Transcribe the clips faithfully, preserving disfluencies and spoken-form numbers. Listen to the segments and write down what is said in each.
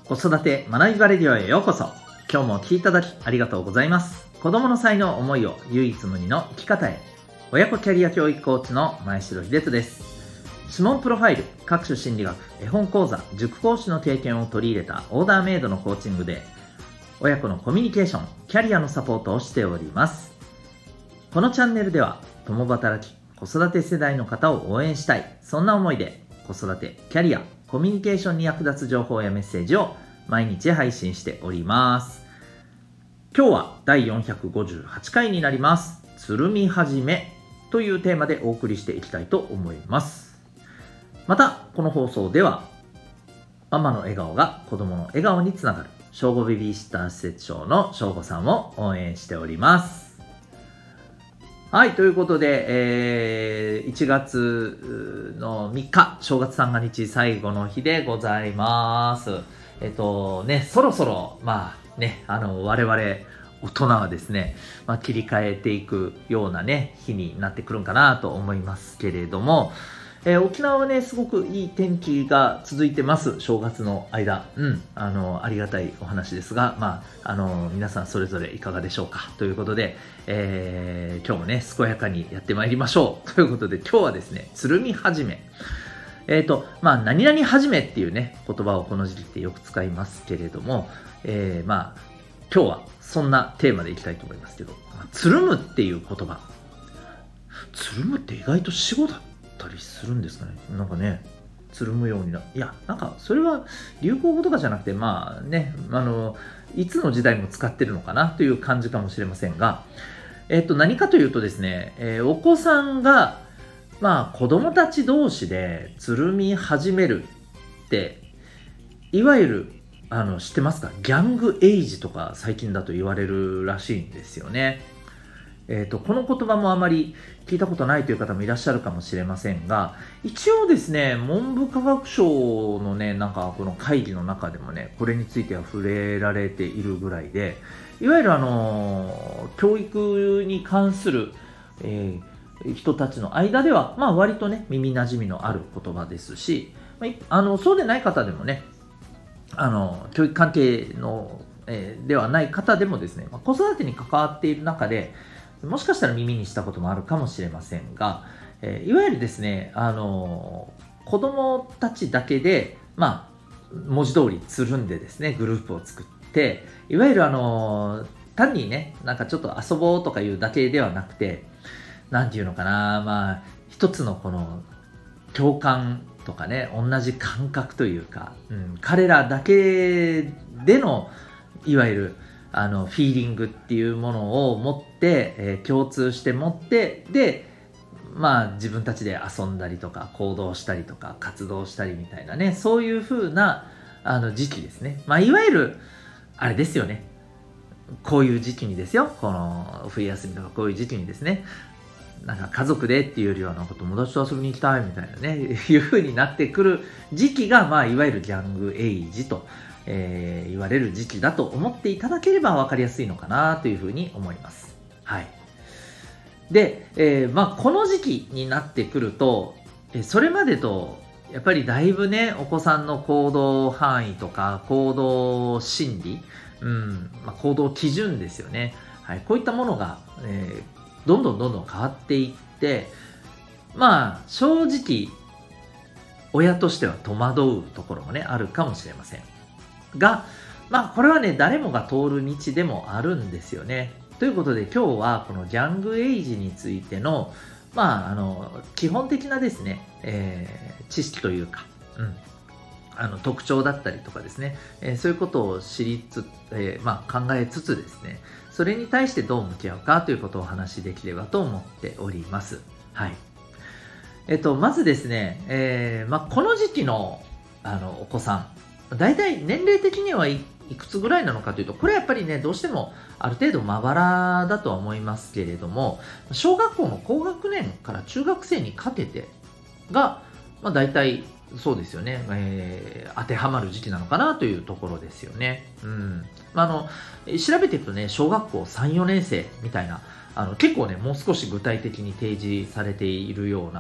子育て学びバレディオへようこそ。今日もお聞きいただきありがとうございます。子供の才能、思いを唯一無二の生き方へ。親子キャリア教育コーチの前城秀人です。指紋プロファイル、各種心理学、絵本講座、塾講師の経験を取り入れたオーダーメイドのコーチングで親子のコミュニケーション、キャリアのサポートをしております。このチャンネルでは共働き、子育て世代の方を応援したい、そんな思いで子育て、キャリア、コミュニケーションに役立つ情報やメッセージを毎日配信しております。今日はだいよんひゃくごじゅうはちかいになります。つるみはじめというテーマでお送りしていきたいと思います。またこの放送ではママの笑顔が子供の笑顔につながる正午ベビーシッター施設長の正午さんを応援しております。はい、ということで、えー、いちがつのみっか、正月三が日最後の日でございます。えっとね、そろそろ、まあね、あの、我々大人はですね、まあ、切り替えていくようなね、日になってくるんかなと思いますけれども、えー、沖縄はね、すごくいい天気が続いてます。正月の間。うん。あの、ありがたいお話ですが、まあ、あの、皆さんそれぞれいかがでしょうかということで、えー、今日もね、健やかにやってまいりましょう。ということで、今日はですね、つるみはじめ。えっと、まあ、何々はじめっていうね、言葉をこの時期ってよく使いますけれども、えー、まあ、今日はそんなテーマでいきたいと思いますけど、つるむっていう言葉。つるむって意外と死語だったりするんですかね。なんかね、つるむようにな、いや、なんかそれは流行語とかじゃなくて、まあね、あの、いつの時代も使ってるのかなという感じかもしれませんが、えっと、何かというとですね、えー、お子さんが、まあ子供たち同士でつるみ始めるって、いわゆる、あの、知ってますか？ギャングエイジとか最近だと言われるらしいんですよね。えーと、この言葉もあまり聞いたことないという方もいらっしゃるかもしれませんが、一応ですね、文部科学省のね、なんかこの会議の中でもね、これについては触れられているぐらいで、いわゆるあの、教育に関する、えー、人たちの間では、まあ割とね、耳馴染みのある言葉ですし、あの、そうでない方でもね、あの、教育関係の、えー、ではない方でもですね、子育てに関わっている中で、もしかしたら耳にしたこともあるかもしれませんが、えー、いわゆるですね、あのー、子供たちだけで、まあ、文字通りつるんでですね、グループを作って、いわゆるあのー、単にね、なんかちょっと遊ぼうとかいうだけではなくて、なんていうのかな、まあ、一つのこの共感とかね、同じ感覚というか、うん、彼らだけでの、いわゆる、あのフィーリングっていうものを持って、えー、共通して持ってでまあ自分たちで遊んだりとか行動したりとか活動したりみたいなね、そういう風なあの時期ですね。まあいわゆるあれですよね、こういう時期にですよ、この冬休みとかこういう時期にですね、なんか家族でっていうよりはなんか友達と遊びに行きたいみたいなねいう風になってくる時期が、まあいわゆるギャングエイジとえー、言われる時期だと思っていただければ分かりやすいのかなというふうに思います。はい。で、えー、まあこの時期になってくると、えそれまでとやっぱりだいぶね、お子さんの行動範囲とか行動心理、うんまあ、行動基準ですよね。はい、こういったものが、えー、どんどんどんどん変わっていって、まあ正直親としては戸惑うところもねあるかもしれません。が、まあこれはね、誰もが通る道でもあるんですよね。ということで今日はこのギャングエイジについての、まああの、基本的なですね、えー、知識というか、うん、あの特徴だったりとかですね、えー、そういうことを知りつつ、えー、まあ考えつつですね、それに対してどう向き合うかということをお話しできればと思っております。はい。えっと、まずですね、えー、まあこの時期の、あの、お子さん、大体年齢的にはいくつぐらいなのかというと、これやっぱりね、どうしてもある程度まばらだとは思いますけれども、小学校の高学年から中学生にかけてが、まあ、大体そうですよね、えー、当てはまる時期なのかなというところですよね。うん。まあ、あの、調べていくとね、小学校さん、よねん生みたいな、あの結構ね、もう少し具体的に提示されているような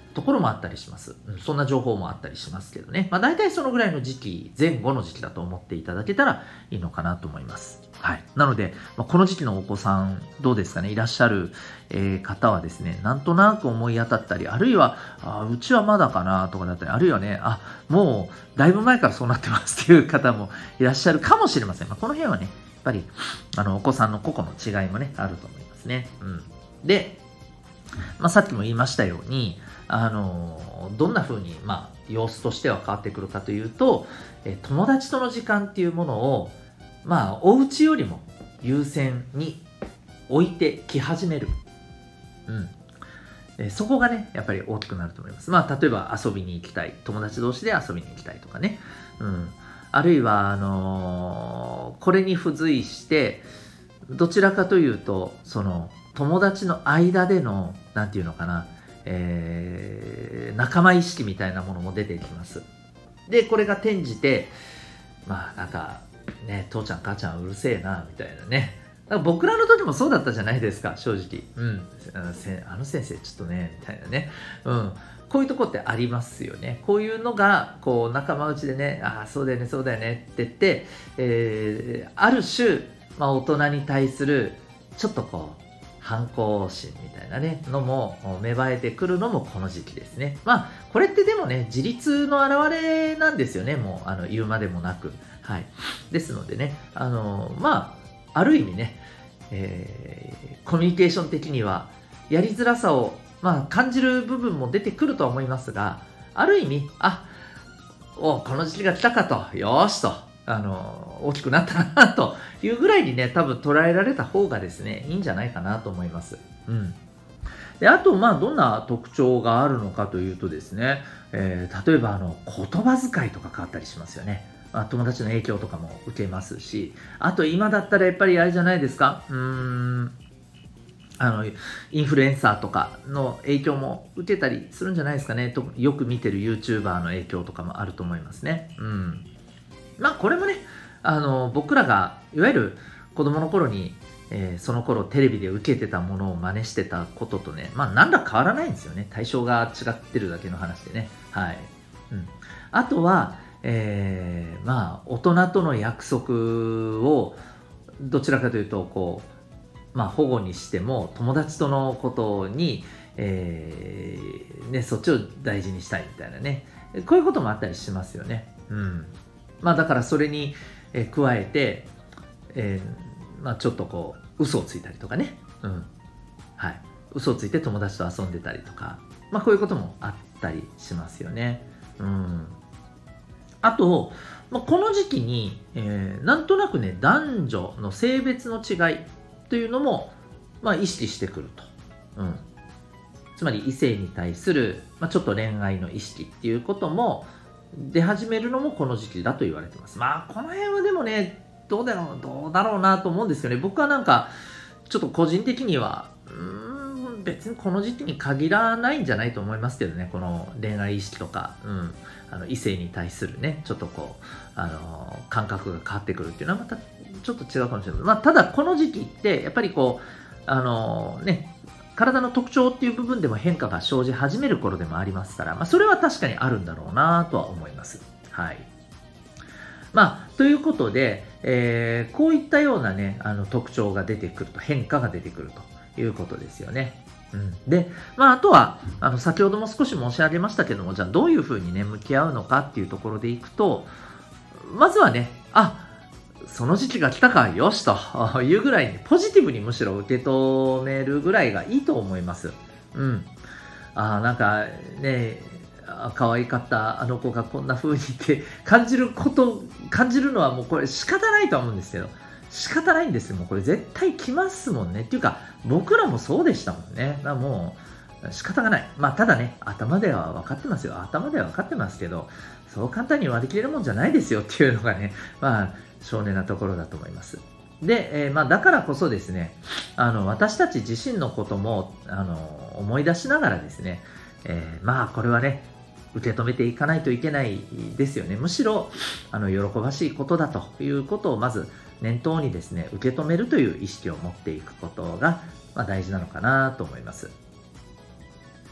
ところもあったりします。うん、そんな情報もあったりしますけどね。まあ大体そのぐらいの時期、前後の時期だと思っていただけたらいいのかなと思います。はい。なので、まあ、この時期のお子さん、どうですかね、いらっしゃる、えー方はですね、なんとなく思い当たったり、あるいは、あうちはまだかなとかだったり、あるいはね、あ、もうだいぶ前からそうなってますっていう方もいらっしゃるかもしれません。まあ、この辺はね、やっぱり、あの、お子さんの個々の違いもね、あると思いますね。うん。で、まあ、さっきも言いましたように、あのどんな風に、まあ、様子としては変わってくるかというと、え友達との時間っていうものを、まあ、お家よりも優先に置いてき始める。うん。えそこがね、やっぱり大きくなると思います。まあ、例えば遊びに行きたい。友達同士で遊びに行きたいとかね。うん。あるいは、あのーこれに付随して、どちらかというと、その、友達の間での、なんていうのかな、えー仲間意識みたいなものも出てきます。で、これが転じて、まあ、なんか、ね、父ちゃん母ちゃんうるせえな、みたいなね。だから僕らの時もそうだったじゃないですか、正直。うん。あのせあの先生、ちょっとね、みたいなね。うん。こういうとこってありますよね。こういうのが、こう、仲間内でね、ああ、そうだよね、そうだよねって言って、えーある種、まあ、大人に対する、ちょっとこう、反抗心みたいなね、のも芽生えてくるのもこの時期ですね。まあ、これってでもね、自立の表れなんですよね、もう、あの、言うまでもなく。はい。ですのでね、あの、まあ、ある意味ね、えーコミュニケーション的には、やりづらさを、まあ、感じる部分も出てくるとは思いますが、ある意味、あ、おこの時期が来たかと、よーしと、あの、大きくなったなというぐらいにね、多分捉えられた方がですね、いいんじゃないかなと思います。うん。で、あと、まあ、どんな特徴があるのかというとですね、えー例えば、あの、言葉遣いとか変わったりしますよね。まあ、友達の影響とかも受けますし、あと、今だったらやっぱりあれじゃないですか、うーん、あの、インフルエンサーとかの影響も受けたりするんじゃないですかね。とよく見てる YouTuber の影響とかもあると思いますね。うん。まあ、これもね、あの、僕らが、いわゆる子供の頃に、えーその頃テレビで受けてたものを真似してたこととね、まあ、何ら変わらないんですよね。対象が違ってるだけの話でね。はい。うん。あとは、えーまあ、大人との約束を、どちらかというと、こう、まあ、保護にしても、友達とのことに、えーね、そっちを大事にしたいみたいなね。こういうこともあったりしますよね。うん。まあ、だからそれに、えー加えて、えーまあ、ちょっとこう嘘をついたりとかね、うんはい、嘘をついて友達と遊んでたりとか、まあ、こういうこともあったりしますよね。うん、あと、まあ、この時期に、えーなんとなくね、男女の性別の違いというのも、まあ、意識してくると。うん、つまり異性に対する、まあ、ちょっと恋愛の意識っていうことも出始めるのもこの時期だと言われてます。まあ、この辺はでもね、どうだろう、どうだろうなと思うんですよね。僕はなんか、ちょっと個人的には、うーん、別にこの時期に限らないんじゃないと思いますけどね、この恋愛意識とか、うん、あの異性に対するね、ちょっとこう、あの、感覚が変わってくるっていうのはまたちょっと違うかもしれない。まあ、ただこの時期って、やっぱりこう、あのね、体の特徴っていう部分でも変化が生じ始める頃でもありますから、まあ、それは確かにあるんだろうなとは思います。はい。まあ、ということで、えーこういったようなね、あの特徴が出てくると、変化が出てくるということですよね。うん、で、まあ、あとは、あの、先ほども少し申し上げましたけども、じゃあどういうふうにね、向き合うのかっていうところでいくと、まずはね、あ、その時期が来たか、よしというぐらいに、ポジティブにむしろ受け止めるぐらいがいいと思います。うん。ああ、なんかね、あ可愛かったあの子がこんな風にって感じること、感じるのはもうこれ仕方ないとは思うんですけど、仕方ないんですよ。もうこれ絶対来ますもんね。っていうか、僕らもそうでしたもんね。だからもう仕方がない。まあ、ただね、頭では分かってますよ。頭では分かってますけど、そう簡単に割り切れるもんじゃないですよっていうのがね、まあ、少年なところだと思います。で、えーまあ、だからこそですね、あの私たち自身のこともあの思い出しながらですね、えーまあこれはね、受け止めていかないといけないですよね。むしろあの喜ばしいことだということをまず念頭にですね、受け止めるという意識を持っていくことが、まあ、大事なのかなと思います。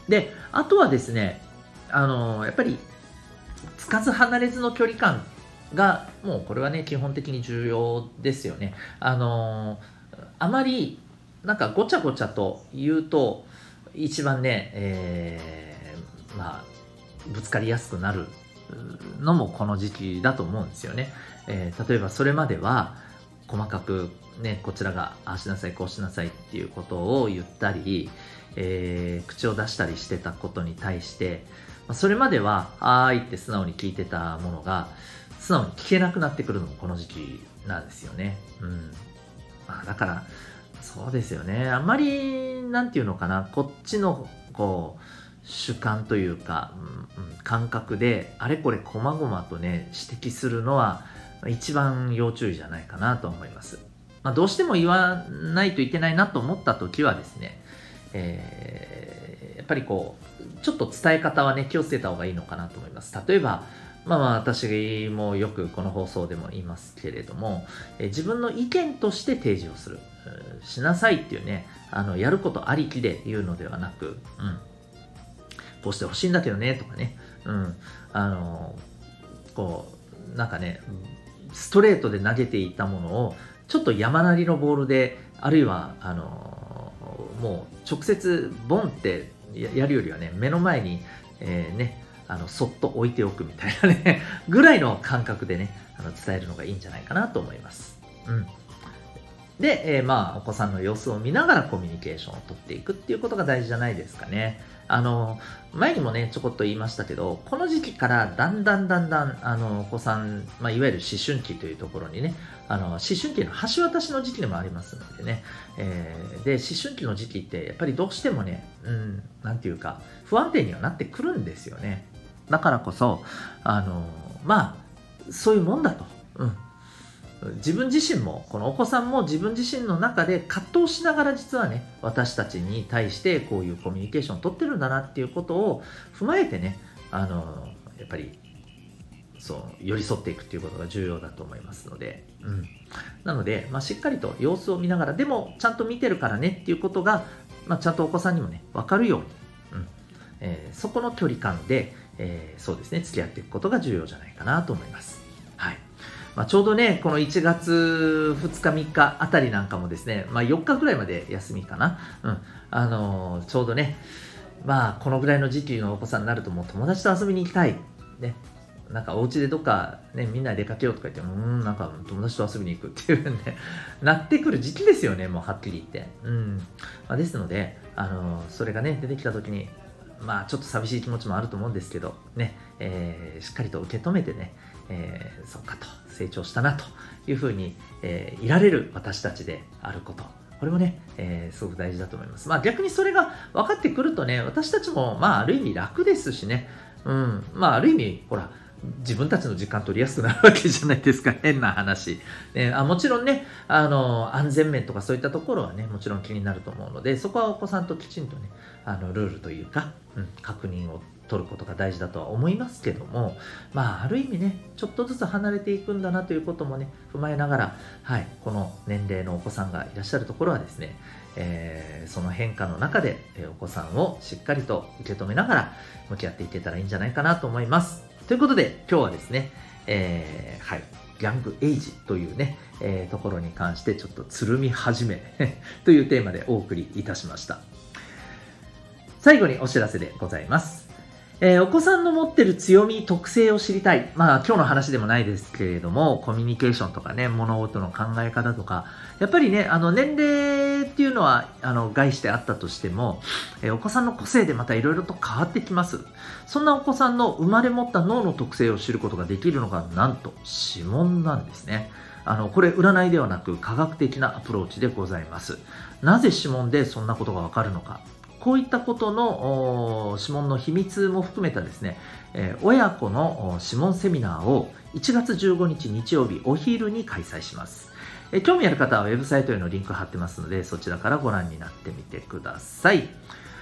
で、あとはですね、あのやっぱりつかず離れずの距離感が、もうこれはね、基本的に重要ですよね。あのあまりなんかごちゃごちゃと言うと、一番ね、えーまあ、ぶつかりやすくなるのもこの時期だと思うんですよね。えー例えばそれまでは細かくね、こちらがああしなさいこうしなさいっていうことを言ったり、えー口を出したりしてたことに対して、まあそれまではあーいって素直に聞いてたものが素直に聞けなくなってくるのもこの時期なんですよね。うん。まあ、だからそうですよね。あんまりなんていうのかな、こっちのこう主観というか、うんうん感覚であれこれ細々とね指摘するのは一番要注意じゃないかなと思います。まあ、どうしても言わないといけないなと思った時はですね、えーやっぱりこうちょっと伝え方はね気をつけた方がいいのかなと思います。例えばまあまあ私もよくこの放送でも言いますけれども、えー自分の意見として提示をする、うんしなさいっていうね、あのやることありきで言うのではなく、うん、こうしてほしいんだけどねとかね、うん、あのこうなんかねストレートで投げていたものをちょっと山なりのボールで、あるいはあのもう直接ボンってややるよりはね、目の前に、えーねあのそっと置いておくみたいなねぐらいの感覚でね、あの伝えるのがいいんじゃないかなと思います。うん。で、えーまあ、お子さんの様子を見ながらコミュニケーションを取っていくっていうことが大事じゃないですかね。あの、前にもね、ちょこっと言いましたけど、この時期からだんだんだんだん、あの、お子さん、まあ、いわゆる思春期というところにね、あの、思春期の橋渡しの時期でもありますのでね、えーで、思春期の時期って、やっぱりどうしてもね、うん、なんていうか、不安定にはなってくるんですよね。だからこそ、あの、まあ、そういうもんだと。うん。自分自身もこのお子さんも自分自身の中で葛藤しながら実はね私たちに対してこういうコミュニケーションを取ってるんだなっていうことを踏まえてねあのやっぱりそう寄り添っていくっていうことが重要だと思いますので、うん、なので、まあ、しっかりと様子を見ながらでもちゃんと見てるからねっていうことが、まあ、ちゃんとお子さんにもね分かるように、うんえー、そこの距離感で、えー、そうですね付き合っていくことが重要じゃないかなと思います。はい。まあ、ちょうどね、このいちがつふつかみっかあたりなんかもですね、まあ、よっかぐらいまで休みかな。うん。あのーちょうどね、まあ、このぐらいの時期のお子さんになるともう友達と遊びに行きたい。ね。なんかお家でどっかね、みんなで出かけようとか言って、うーん、なんか友達と遊びに行くっていうね、なってくる時期ですよね、もうはっきり言って。うん。まあ、ですので、あのーそれがね、出てきた時に、まあ、ちょっと寂しい気持ちもあると思うんですけど、ね、えーしっかりと受け止めてね、えーそうかと、成長したなというふうに、えーいられる私たちであること。これもね、えーすごく大事だと思います。まあ逆にそれが分かってくるとね、私たちもまあある意味楽ですしね、うん、まあある意味、ほら、自分たちの時間取りやすくなるわけじゃないですか、変な話。ね、あもちろんね、あの、安全面とかそういったところはね、もちろん気になると思うので、そこはお子さんときちんとね、あの、ルールというか、うん、確認を取ることが大事だとは思いますけども、まあ、ある意味ね、ちょっとずつ離れていくんだなということもね、踏まえながら、はい、この年齢のお子さんがいらっしゃるところはですね、えーその変化の中で、えーお子さんをしっかりと受け止めながら向き合っていけたらいいんじゃないかなと思います。ということで、今日はですね、えーはい、ヤングエイジというね、えーところに関してちょっとつるみ始めというテーマでお送りいたしました。最後にお知らせでございます。えーお子さんの持ってる強み、特性を知りたい。まあ今日の話でもないですけれども、コミュニケーションとかね、物事の考え方とか、やっぱりね、あの年齢っていうのは、あの、概してあったとしても、えーお子さんの個性でまたいろいろと変わってきます。そんなお子さんの生まれ持った脳の特性を知ることができるのが、なんと指紋なんですね。あの、これ占いではなく科学的なアプローチでございます。なぜ指紋でそんなことがわかるのか。こういったことの指紋の秘密も含めたですね、えー親子の指紋セミナーをいちがつじゅうごにち日曜日お昼に開催します。えー興味ある方はウェブサイトへのリンク貼ってますので、そちらからご覧になってみてください。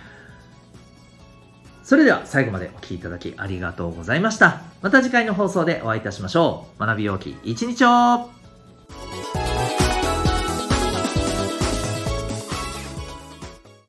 それでは最後までお聞きいただきありがとうございました。また次回の放送でお会いいたしましょう。学びようき一日を。